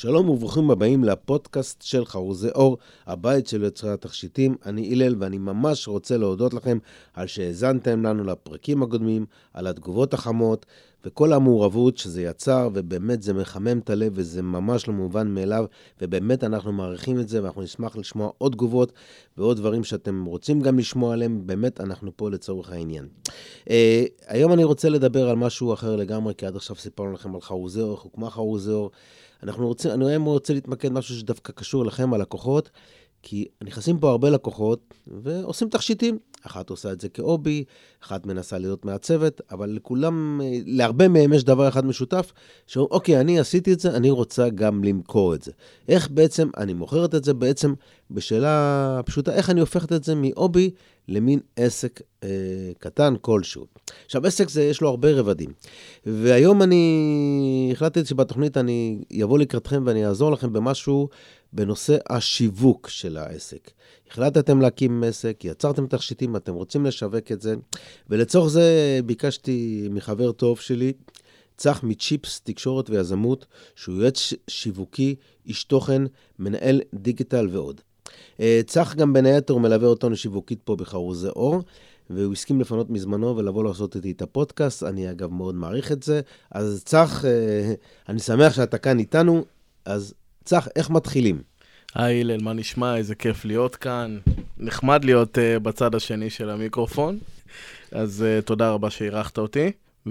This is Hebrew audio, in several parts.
שלום וברוכים הבאים לפודקאסט של חרוזי אור, הבית של יוצרי התכשיטים. אני הלל ואני ממש רוצה להודות לכם על שהאזנתם לנו לפרקים הקודמים, על התגובות החמות וכל המעורבות שזה יצר, ובאמת זה מחמם את הלב וזה ממש לא מובן מאליו, ובאמת אנחנו מעריכים את זה ואנחנו נשמח לשמוע עוד תגובות ועוד דברים שאתם רוצים גם לשמוע עליהם. באמת אנחנו פה לצורך העניין. היום אני רוצה לדבר על משהו אחר לגמרי, כי עד עכשיו סיפרנו לכם על חרוזי אור, הוקמה חרוזי אור. אני היום רוצה להתמקד משהו שדווקא קשור לכם, הלקוחות, כי נכנסים פה הרבה לקוחות ועושים תכשיטים. אחת עושה את זה כאובי, אחת מנסה להיות מעצבת, אבל לכולם, להרבה מהם יש דבר אחד משותף, שאומרים, אוקיי, אני עשיתי את זה, אני רוצה גם למכור את זה. איך בעצם אני מוכרת את זה? בעצם בשאלה פשוטה, איך אני הופכת את זה מאובי למין עסק קטן כלשהו. עכשיו, עסק זה, יש לו הרבה רבדים. והיום אני החלטתי שבתוכנית אני אבוא לקראתכם ואני אעזור לכם במשהו בנושא השיווק של העסק. החלטתם להקים עסק, יצרתם תכשיטים, אתם רוצים לשווק את זה, ולצורך זה ביקשתי מחבר טוב שלי, צח מצ'יפס תקשורת ויזמות, שהוא יועץ שיווקי, איש תוכן, מנהל דיגיטל ועוד. צח גם בין היתר מלווה אותנו שיווקית פה בחרוזי אור, והוא הסכים לפנות מזמנו ולבוא לעשות איתי את הפודקאסט. אני אגב מאוד מעריך את זה. אז צח, אני שמח שאתה כאן איתנו. אז צח, איך מתחילים? היי הלל, מה נשמע? איזה כיף להיות כאן. נחמד להיות בצד השני של המיקרופון. אז תודה רבה שהירחת אותי.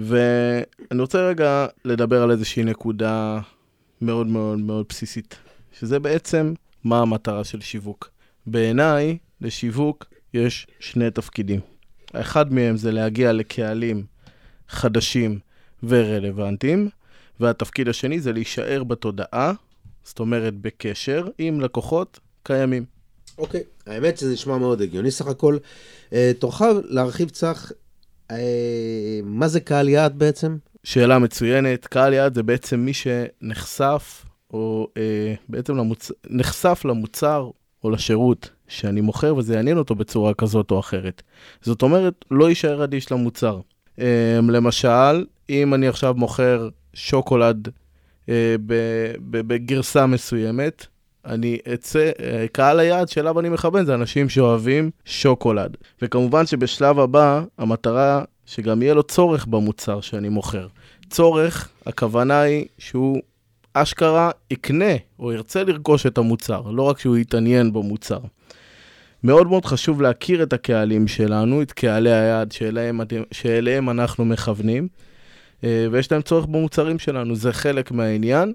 ואני רוצה רגע לדבר על איזושהי נקודה מאוד מאוד מאוד בסיסית, שזה בעצם מה המטרה של שיווק. בעיניי, לשיווק יש שני תפקידים. האחד מהם זה להגיע לקהלים חדשים ורלוונטיים, והתפקיד השני זה להישאר בתודעה, זאת אומרת בקשר עם לקוחות קיימים. אוקיי, האמת שזה נשמע מאוד הגיוני סך הכל. תוכל להרחיב צח, מה זה קהל יעד בעצם? שאלה מצוינת. קהל יעד זה בעצם מי שנחשף או בעצם נחשף למוצר או לשירות שאני מוכר, וזה יעניין אותו בצורה כזאת או אחרת. זאת אומרת, לא יישאר אדיש למוצר. למשל, אם אני עכשיו מוכר שוקולד בגרסה מסוימת, אני אצא, קהל היעד שאליו אני מכוון, זה אנשים שאוהבים שוקולד. וכמובן שבשלב הבא, המטרה שגם יהיה לו צורך במוצר שאני מוכר. צורך, הכוונה היא שהוא אשכרה יקנה או ירצה לרכוש את המוצר, לא רק שהוא יתעניין במוצר. מאוד מאוד חשוב להכיר את הקהלים שלנו, את קהלי היעד שאליהם אנחנו מכוונים, ויש להם צורך במוצרים שלנו, זה חלק מהעניין,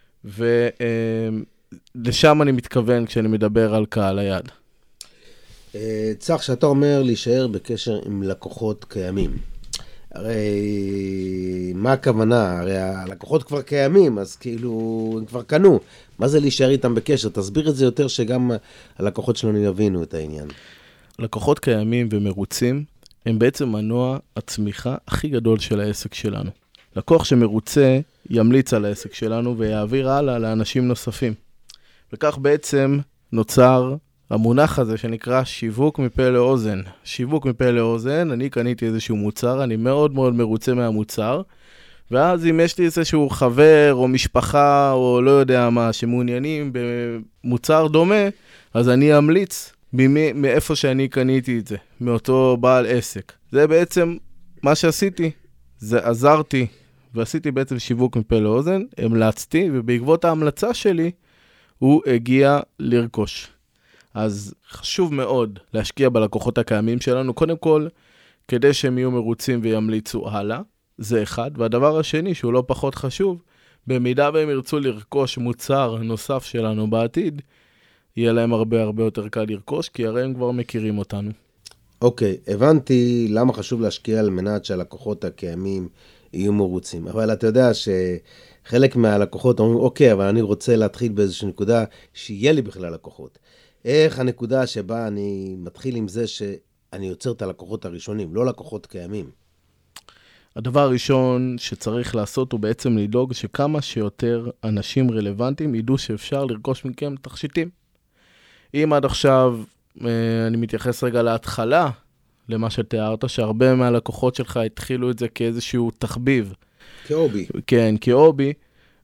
ולשם אני מתכוון כשאני מדבר על קהל היעד. צח, שאתה אומר להישאר בקשר עם לקוחות קיימים. הרי מה הכוונה? הרי הלקוחות כבר קיימים, אז כאילו הם כבר קנו. מה זה להישאר איתם בקשר? תסביר את זה יותר שגם הלקוחות שלנו יבינו את העניין. לקוחות קיימים ומרוצים הם בעצם מנוע הצמיחה הכי גדול של העסק שלנו. לקוח שמרוצה ימליץ על העסק שלנו ויעביר הלאה לאנשים נוספים. וכך בעצם נוצר המונח הזה שנקרא שיווק מפה לאוזן. שיווק מפה לאוזן, אני קניתי איזשהו מוצר, אני מאוד מאוד מרוצה מהמוצר, ואז אם יש לי איזשהו חבר או משפחה או לא יודע מה שמעוניינים במוצר דומה, אז אני אמליץ מאיפה שאני קניתי את זה, מאותו בעל עסק. זה בעצם מה שעשיתי, זה עזרתי ועשיתי בעצם שיווק מפה לאוזן, המלצתי, ובעקבות ההמלצה שלי הוא הגיע לרכוש. אז חשוב מאוד להשקיע בלקוחות הקיימים שלנו, קודם כל, כדי שהם יהיו מרוצים וימליצו הלאה, זה אחד. והדבר השני, שהוא לא פחות חשוב, במידה והם ירצו לרכוש מוצר נוסף שלנו בעתיד, יהיה להם הרבה הרבה יותר קל לרכוש, כי הרי הם כבר מכירים אותנו. אוקיי, הבנתי למה חשוב להשקיע על מנת שהלקוחות הקיימים יהיו מרוצים. אבל אתה יודע שחלק מהלקוחות אומרים, אוקיי, אבל אני רוצה להתחיל באיזושהי נקודה שיהיה לי בכלל לקוחות. איך הנקודה שבה אני מתחיל עם זה שאני יוצר את הלקוחות הראשונים, לא לקוחות קיימים? הדבר הראשון שצריך לעשות הוא בעצם לדאוג שכמה שיותר אנשים רלוונטיים ידעו שאפשר לרכוש מכם תכשיטים. אם עד עכשיו אני מתייחס רגע להתחלה, למה שתיארת, שהרבה מהלקוחות שלך התחילו את זה כאיזשהו תחביב. כאובי. כן, כאובי.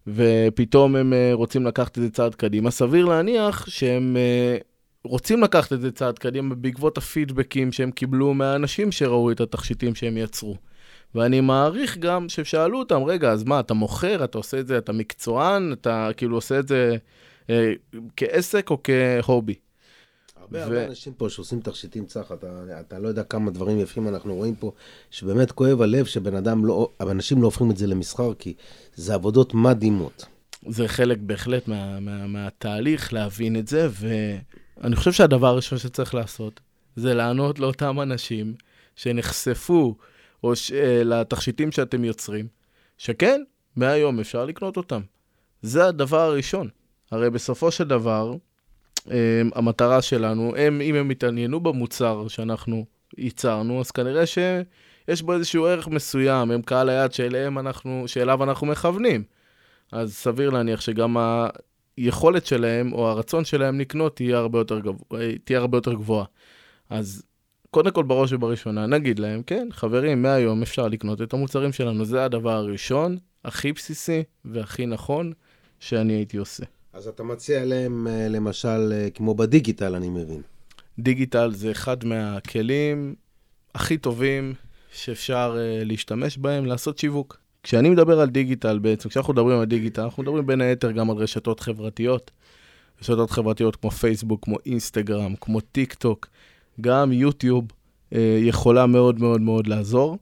ופתאום הם רוצים לקחת את זה צעד קדימה. סביר להניח שהם רוצים לקחת את זה צעד קדימה בעקבות הפידבקים שהם קיבלו מהאנשים שראו את התכשיטים שהם יצרו. ואני מעריך גם ששאלו אותם, רגע, אז מה, אתה מוכר, אתה עושה את זה, אתה מקצוען, אתה כאילו עושה את זה כעסק או כהובי. הרבה אנשים פה שעושים תכשיטים צח, אתה לא יודע כמה דברים יפים אנחנו רואים פה, שבאמת כואב הלב אנשים לא הופכים את זה למסחר, כי זה עבודות מדהימות. זה חלק בהחלט מהתהליך להבין את זה, ואני חושב שהדבר הראשון שצריך לעשות, זה לענות לאותם אנשים שנחשפו לתכשיטים שאתם יוצרים, שכן, מהיום אפשר לקנות אותם. זה הדבר הראשון. הרי בסופו של דבר, המטרה שלנו, אם הם מתעניינו במוצר שאנחנו ייצרנו, אז כנראה שיש בו איזשהו ערך מסוים, הם קהל היעד שאליו אנחנו מכוונים. אז סביר להניח שגם היכולת שלהם או הרצון שלהם לקנות תהיה הרבה יותר גבוהה. אז קודם כל בראש ובראשונה נגיד להם, כן, חברים, מהיום אפשר לקנות את המוצרים שלנו. זה הדבר הראשון, הכי בסיסי והכי נכון שאני הייתי עושה. אז אתה מציע להם, למשל, כמו בדיגיטל, אני מבין. דיגיטל זה אחד מהכלים הכי טובים שאפשר להשתמש בהם, לעשות שיווק. כשאני מדבר על דיגיטל בעצם, כשאנחנו מדברים על דיגיטל, אנחנו מדברים בין היתר גם על רשתות חברתיות. רשתות חברתיות כמו פייסבוק, כמו אינסטגרם, כמו טיק טוק, גם יוטיוב יכולה מאוד מאוד מאוד לעזור.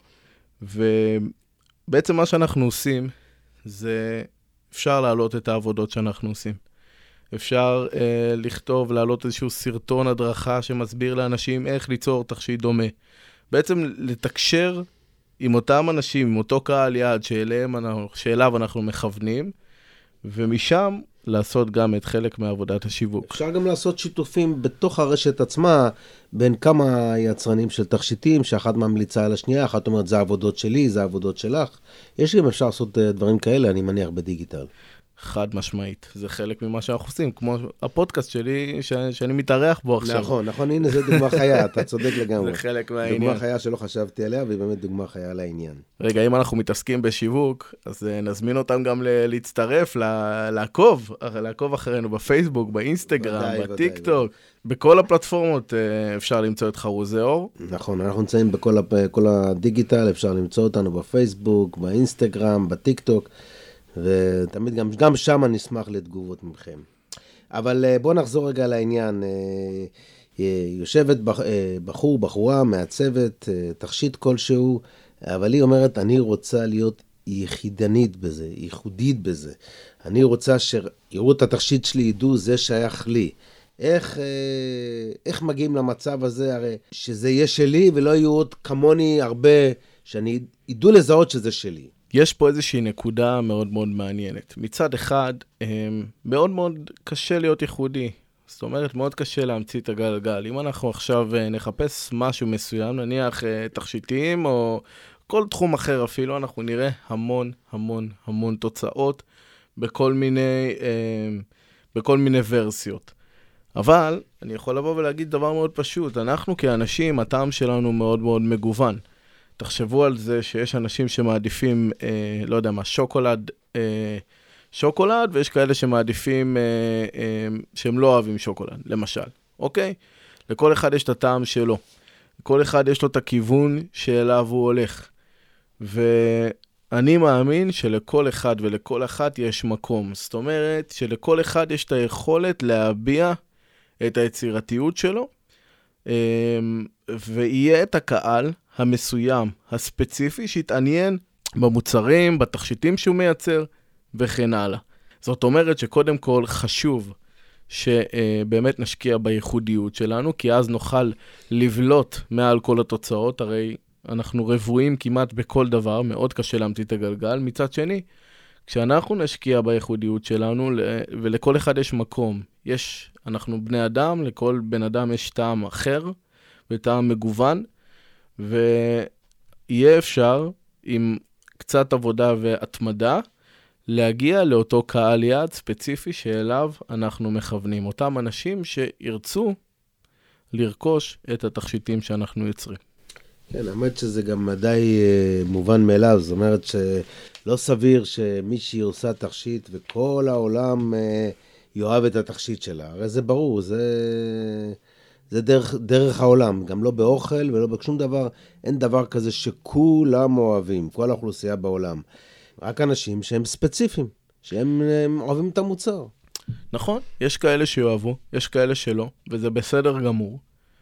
ובעצם מה שאנחנו עושים זה אפשר להעלות את העבודות שאנחנו עושים. אפשר לכתוב, להעלות איזשהו סרטון הדרכה שמסביר לאנשים איך ליצור תכשיט דומה. בעצם לתקשר עם אותם אנשים, עם אותו קהל יעד שאליו אנחנו מכוונים, ומשם לעשות גם את חלק מעבודת השיווק. אפשר גם לעשות שיתופים בתוך הרשת עצמה, בין כמה יצרנים של תכשיטים, שאחת ממליצה על השנייה, אחת אומרת, זה העבודות שלי, זה העבודות שלך. יש גם אפשר לעשות דברים כאלה, אני מניח, בדיגיטל. חד משמעית. זה חלק ממה שאנחנו עושים, כמו הפודקאסט שלי, שאני מתארח בו עכשיו. נכון, הנה זה דוגמה חיה, אתה צודק לגמרי. זה חלק מהעניין. דוגמה חיה שלא חשבתי עליה, והיא באמת דוגמה חיה לעניין. רגע, אם אנחנו מתעסקים בשיווק, אז נזמין אותם גם להצטרף, לעקוב אחרינו בפייסבוק, באינסטגרם, בטיק-טוק, בכל הפלטפורמות אפשר למצוא את חרוזי אור. נכון, אנחנו נמצאים בכל הדיגיטל, אפשר למצוא אותנו בפייסבוק, באינסטגרם, בטיק-טוק, ותמיד גם שם נשמח לתגובות מכם. אבל בואו נחזור רגע לעניין. יושבת בחורה מעצבת, תכשיט כלשהו, אבל היא אומרת, אני רוצה להיות יחידנית בזה, ייחודית בזה. אני רוצה שיראו את התכשיט שלי, ידעו, זה שייך לי. איך מגיעים למצב הזה, הרי שזה יהיה שלי, ולא יהיו עוד כמוני הרבה, שאני ידעו לזהות שזה שלי. יש פה איזושהי נקודה מאוד מאוד מעניינת. מצד אחד, מאוד מאוד קשה להיות ייחודי. זאת אומרת, מאוד קשה להמציא את הגלגל. אם אנחנו עכשיו נחפש משהו מסוים, נניח תכשיטים או כל תחום אחר אפילו, אנחנו נראה המון המון המון תוצאות בכל מיני ורסיות. אבל אני יכול לבוא ולהגיד דבר מאוד פשוט. אנחנו כאנשים, הטעם שלנו מאוד מאוד מגוון. תחשבו על זה שיש אנשים שמעדיפים, לא יודע מה, שוקולד, ויש כאלה שמעדיפים שהם לא אוהבים שוקולד, למשל, אוקיי? לכל אחד יש את הטעם שלו. לכל אחד יש לו את הכיוון שאליו הוא הולך. ואני מאמין שלכל אחד ולכל אחת יש מקום. זאת אומרת שלכל אחד יש את היכולת להביע את היצירתיות שלו, ויהיה את הקהל המסוים, הספציפי, שיתעניין במוצרים, בתכשיטים שהוא מייצר, וכן הלאה. זאת אומרת שקודם כל חשוב שבאמת נשקיע בייחודיות שלנו, כי אז נוכל לבלוט מעל כל התוצאות, הרי אנחנו רבועים כמעט בכל דבר, מאוד קשה להמציא את הגלגל. מצד שני, כשאנחנו נשקיע בייחודיות שלנו, ולכל אחד יש מקום, אנחנו בני אדם, לכל בן אדם יש טעם אחר, וטעם מגוון, ויהיה אפשר עם קצת עבודה והתמדה, להגיע לאותו קהל יעד ספציפי שאליו אנחנו מכוונים. אותם אנשים שירצו לרכוש את התכשיטים שאנחנו יוצרים. כן, האמת שזה גם די מובן מאליו, זאת אומרת שלא סביר שמישהי עושה תכשיט וכל העולם יאהב את התכשיט שלה. הרי זה ברור, זה דרך העולם, גם לא באוכל ולא בשום דבר, אין דבר כזה שכולם אוהבים, כל האוכלוסייה בעולם. רק אנשים שהם ספציפיים, שהם אוהבים את המוצר. נכון, יש כאלה שאוהבו, יש כאלה שלא, וזה בסדר גמור.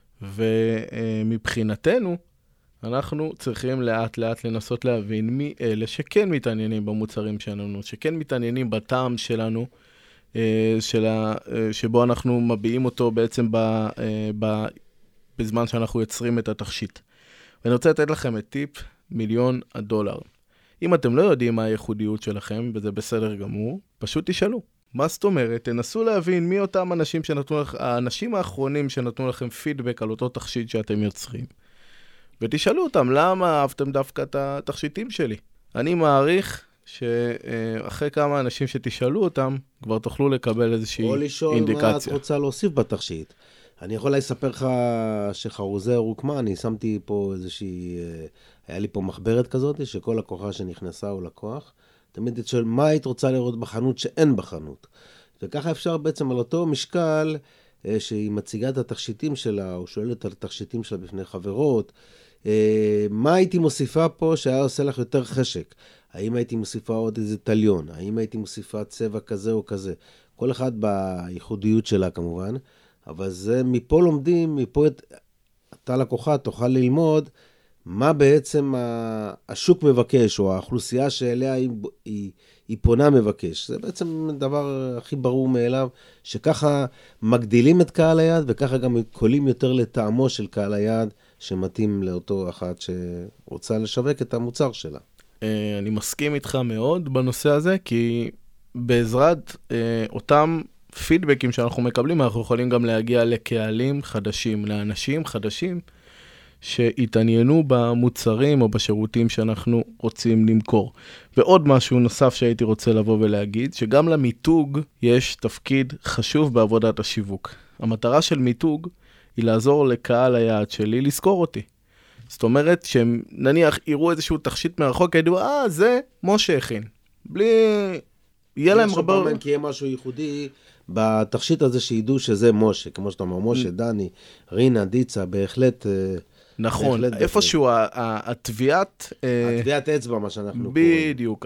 ומבחינתנו, אנחנו צריכים לאט לאט לנסות להבין מי אלה שכן מתעניינים במוצרים שלנו, שכן מתעניינים בטעם שלנו, שבו אנחנו מביעים אותו בעצם בזמן שאנחנו יוצרים את התכשיט. ואני רוצה לתת לכם את טיפ $1,000,000. אם אתם לא יודעים מה הייחודיות שלכם, וזה בסדר גמור, פשוט תשאלו. מה זאת אומרת? תנסו להבין מי אותם אנשים האנשים האחרונים שנתנו לכם פידבק על אותו תכשיט שאתם יוצרים. ותשאלו אותם, למה אהבתם דווקא את התכשיטים שלי? אני מעריך שאחרי כמה אנשים שתשאלו אותם, כבר תוכלו לקבל איזושהי אינדיקציה. או לשאול מה את רוצה להוסיף בתכשיט. אני יכול לספר לך שחרוזי רוקמה, אני שמתי פה איזושהי, היה לי פה מחברת כזאת, שכל לקוחה שנכנסה הוא לקוח. תמיד את שואל, מה היית רוצה לראות בחנות שאין בחנות? וככה אפשר בעצם על אותו משקל, שהיא מציגה את התכשיטים שלה, או שואלת על התכשיטים שלה בפני חברות, מה הייתי מוסיפה פה שהיה עושה לך יותר חשק? האם הייתי מוסיפה עוד איזה טליון? האם הייתי מוסיפה צבע כזה או כזה? כל אחד בייחודיות שלה כמובן, אבל זה מפה לומדים, מפה אתה לקוחה תוכל ללמוד, מה בעצם השוק מבקש, או האוכלוסייה שאליה היא פונה מבקש. זה בעצם דבר הכי ברור מאליו, שככה מגדילים את קהל היד, וככה גם קולים יותר לטעמו של קהל היד, שמתאים לאותו אחת שרוצה לשווק את המוצר שלה. אני מסכים איתך מאוד בנושא הזה, כי בעזרת אותם פידבקים שאנחנו מקבלים, אנחנו יכולים גם להגיע לקהלים חדשים, לאנשים חדשים, שהתעניינו במוצרים או בשירותים שאנחנו רוצים למכור. ועוד משהו נוסף שהייתי רוצה לבוא ולהגיד, שגם למיתוג יש תפקיד חשוב בעבודת השיווק. המטרה של מיתוג היא לעזור לקהל היעד שלי לזכור אותי. זאת אומרת שהם נניח יראו איזשהו תכשיט מרחוק, ידעו, זה משה הכין. בלי... יהיה להם רבה... כי יהיה משהו ייחודי בתכשיט הזה שידעו שזה משה, כמו שאתה אומר, משה, דני, רינה, דיצה, בהחלט... נכון, איפשהו הטביעת אצבע, מה שאנחנו בדיוק.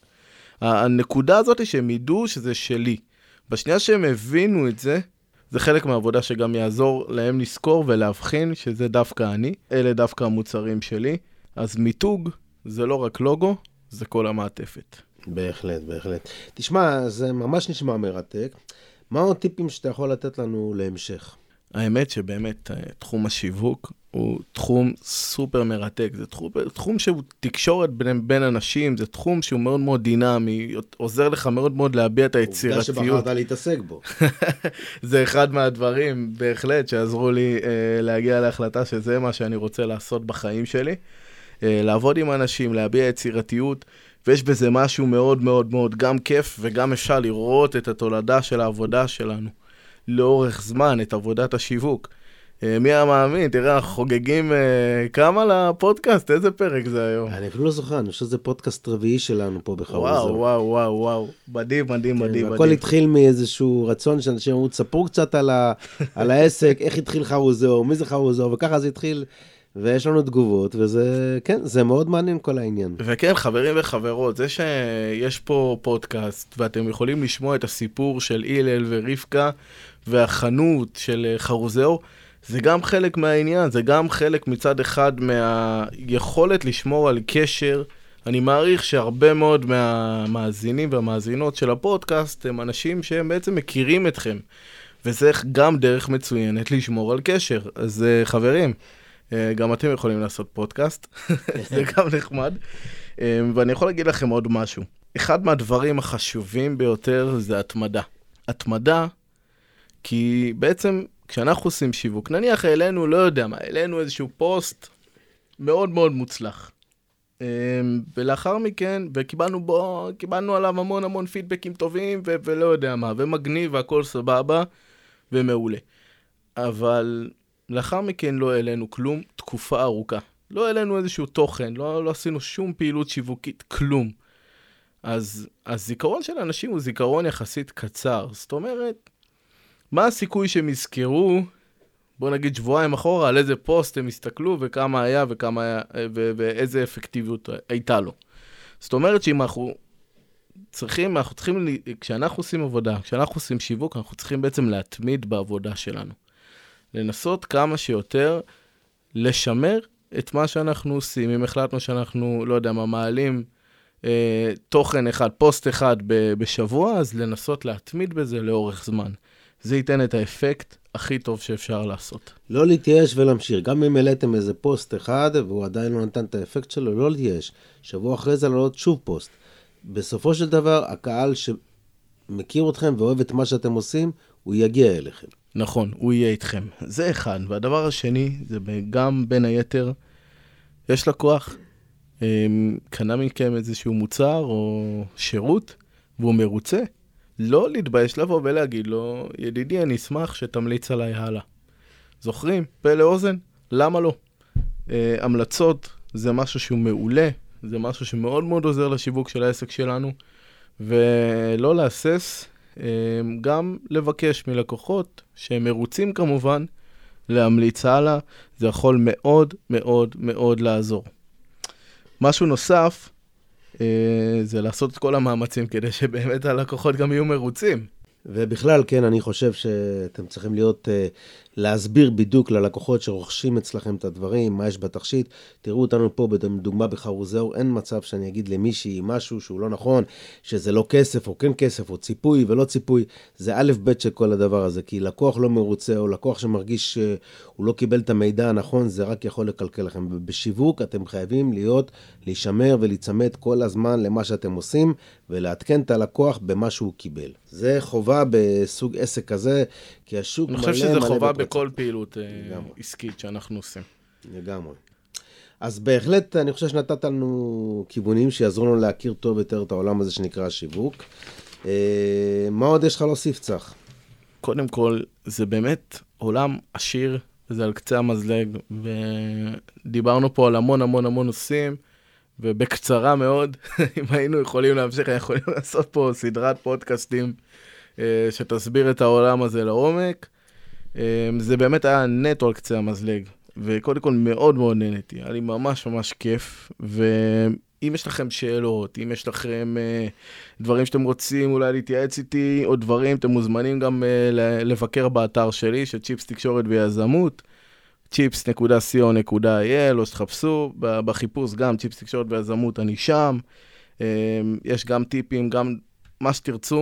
הנקודה הזאת היא שהם ידעו שזה שלי. בשנייה שהם הבינו את זה, זה חלק מהעבודה שגם יעזור להם לזכור ולהבחין שזה דווקא אני, אלה דווקא המוצרים שלי. אז מיתוג זה לא רק לוגו, זה כל המעטפת. בהחלט, בהחלט. תשמע, זה ממש נשמע מרתק. מה עוד טיפים שאתה יכול לתת לנו להמשך? האמת שבאמת תחום השיווק הוא תחום סופר מרתק, זה תחום שהוא תקשורת בין אנשים, זה תחום שהוא מאוד מאוד דינמי, עוזר לך מאוד מאוד להביע את היצירתיות. עובדה שבחרת להתעסק בו. זה אחד מהדברים בהחלט שעזרו לי להגיע להחלטה שזה מה שאני רוצה לעשות בחיים שלי, לעבוד עם אנשים, להביע יצירתיות, ויש בזה משהו מאוד מאוד מאוד גם כיף, וגם אפשר לראות את התולדה של העבודה שלנו. לאורך זמן, את עבודת השיווק. מי המאמין? תראה, אנחנו חוגגים כמה לפודקאסט, איזה פרק זה היום? אני אפילו לא זוכר, אני חושב שזה פודקאסט רביעי שלנו פה בחרוזו. וואו, וואו, וואו, מדהים, מדהים, מדהים. הכל התחיל מאיזשהו רצון שאנשים אמרו, תספרו קצת על העסק, איך התחיל חרוזו, מי זה חרוזו, וככה זה התחיל, ויש לנו תגובות, וזה, כן, זה מאוד מעניין כל העניין. וכן, חברים וחברות, זה שיש פה פודקאסט, ואתם יכולים לשמוע את הסיפור של אילל ורבקה, והחנות של חרוזאו, זה גם חלק מהעניין, זה גם חלק מצד אחד מהיכולת לשמור על קשר. אני מעריך שהרבה מאוד מהמאזינים והמאזינות של הפודקאסט הם אנשים שהם בעצם מכירים אתכם, וזה גם דרך מצוינת לשמור על קשר. אז חברים, גם אתם יכולים לעשות פודקאסט, זה גם נחמד. ואני יכול להגיד לכם עוד משהו. אחד מהדברים החשובים ביותר זה התמדה. התמדה, כי בעצם כשאנחנו עושים שיווק, נניח אלינו, לא יודע מה, אלינו איזשהו פוסט מאוד מאוד מוצלח. ולאחר מכן, קיבלנו עליו המון פידבקים טובים, ולא יודע מה, ומגניב, והכל סבבה, ומעולה. אבל לאחר מכן לא אלינו כלום, תקופה ארוכה. לא העלינו איזשהו תוכן, לא עשינו שום פעילות שיווקית, כלום. אז הזיכרון של אנשים הוא זיכרון יחסית קצר. זאת אומרת, מה הסיכוי שהם יזכרו, בוא נגיד שבועיים אחורה, על איזה פוסט הם הסתכלו, וכמה היה, ואיזה אפקטיביות הייתה לו. זאת אומרת שאם אנחנו צריכים, כשאנחנו עושים עבודה, כשאנחנו עושים שיווק, אנחנו צריכים בעצם להתמיד בעבודה שלנו. לנסות כמה שיותר לשמר את מה שאנחנו עושים. אם החלטנו שאנחנו, לא יודע מה, מעלים תוכן אחד, פוסט אחד בשבוע, אז לנסות להתמיד בזה לאורך זמן. זה ייתן את האפקט הכי טוב שאפשר לעשות. לא להתייאש ולהמשיך. גם אם העליתם איזה פוסט אחד, והוא עדיין לא נתן את האפקט שלו, לא להתייאש. שבוע אחרי זה לעלות שוב פוסט. בסופו של דבר, הקהל שמכיר אתכם ואוהב את מה שאתם עושים, הוא יגיע אליכם. נכון, הוא יהיה איתכם. זה אחד. והדבר השני, זה גם בין היתר, יש לקוח, קנה מכם איזשהו מוצר או שירות, והוא מרוצה, לא להתבייש לבוא ולהגיד לו, ידידי, אני אשמח שתמליץ עליי הלאה. זוכרים? פה לאוזן? למה לא? המלצות זה משהו שהוא מעולה, זה משהו שמאוד מאוד עוזר לשיווק של העסק שלנו, ולא להסס, גם לבקש מלקוחות שהם מרוצים כמובן, להמליץ הלאה, זה יכול מאוד מאוד מאוד לעזור. משהו נוסף, זה לעשות את כל המאמצים כדי שבאמת הלקוחות גם יהיו מרוצים. ובכלל, כן, אני חושב שאתם צריכים להסביר בדיוק ללקוחות שרוכשים אצלכם את הדברים, מה יש בתכשיט. תראו אותנו פה בדוגמה בחרוזאור, אין מצב שאני אגיד למישהי משהו שהוא לא נכון, שזה לא כסף או כן כסף, או ציפוי ולא ציפוי. זה א' ב' של כל הדבר הזה, כי לקוח לא מרוצה, או לקוח שמרגיש שהוא לא קיבל את המידע הנכון, זה רק יכול לקלקל לכם. ובשיווק אתם חייבים להישמר ולהצמד כל הזמן למה שאתם עושים, ולעדכן את הלקוח במה שהוא קיבל. זה חובה בסוג עסק כזה, כי השוק מלא מלא. אני חושב שזה חובה בכל פעילות עסקית שאנחנו עושים. לגמרי. אז בהחלט אני חושב שנתת לנו כיוונים שיעזרו לנו להכיר טוב יותר את העולם הזה שנקרא שיווק. מה עוד יש לך להוסיף, צח? קודם כל, זה באמת עולם עשיר, זה על קצה המזלג, ודיברנו פה על המון המון המון נושאים, ובקצרה מאוד, אם היינו יכולים להמשיך, יכולים לעשות פה סדרת פודקאסטים שתסביר את העולם הזה לעומק. זה באמת היה נטו על קצה המזלג, וקודם כל מאוד מאוד נהניתי, היה לי ממש ממש כיף, ואם יש לכם שאלות, אם יש לכם דברים שאתם רוצים אולי להתייעץ איתי, או דברים, אתם מוזמנים גם לבקר באתר שלי, של צ'יפס תקשורת ויזמות, chips.co.il, או שתחפשו בחיפוש גם צ'יפס תקשורת ויזמות, אני שם. יש גם טיפים, גם מה שתרצו.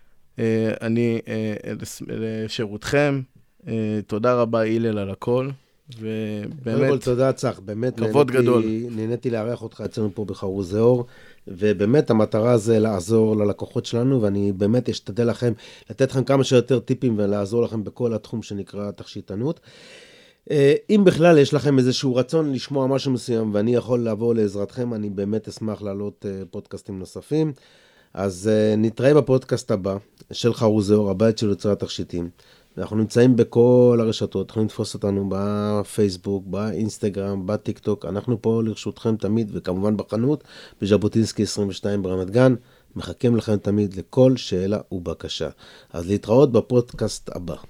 אני לשירותכם. תודה רבה אילל על הכל. ובאמת, תודה צח, באמת כבוד גדול. נהניתי לארח אותך אצלנו פה בחרוזאור, ובאמת המטרה זה לעזור ללקוחות שלנו, ואני באמת אשתדל לכם, לתת לכם כמה שיותר טיפים ולעזור לכם בכל התחום שנקרא תכשיטנות. אם בכלל יש לכם איזשהו רצון לשמוע משהו מסוים ואני יכול לבוא לעזרתכם, אני באמת אשמח לעלות פודקאסטים נוספים. אז נתראה בפודקאסט הבא של חרוזאור, הבית של יוצרי התכשיטים. אנחנו נמצאים בכל הרשתות, אתם יכולים לתפוס אותנו בפייסבוק, באינסטגרם, בטיקטוק. אנחנו פה לרשותכם תמיד, וכמובן בחנות, בז'בוטינסקי 22 ברמת גן. מחכים לכם תמיד לכל שאלה ובקשה. אז להתראות בפודקאסט הבא.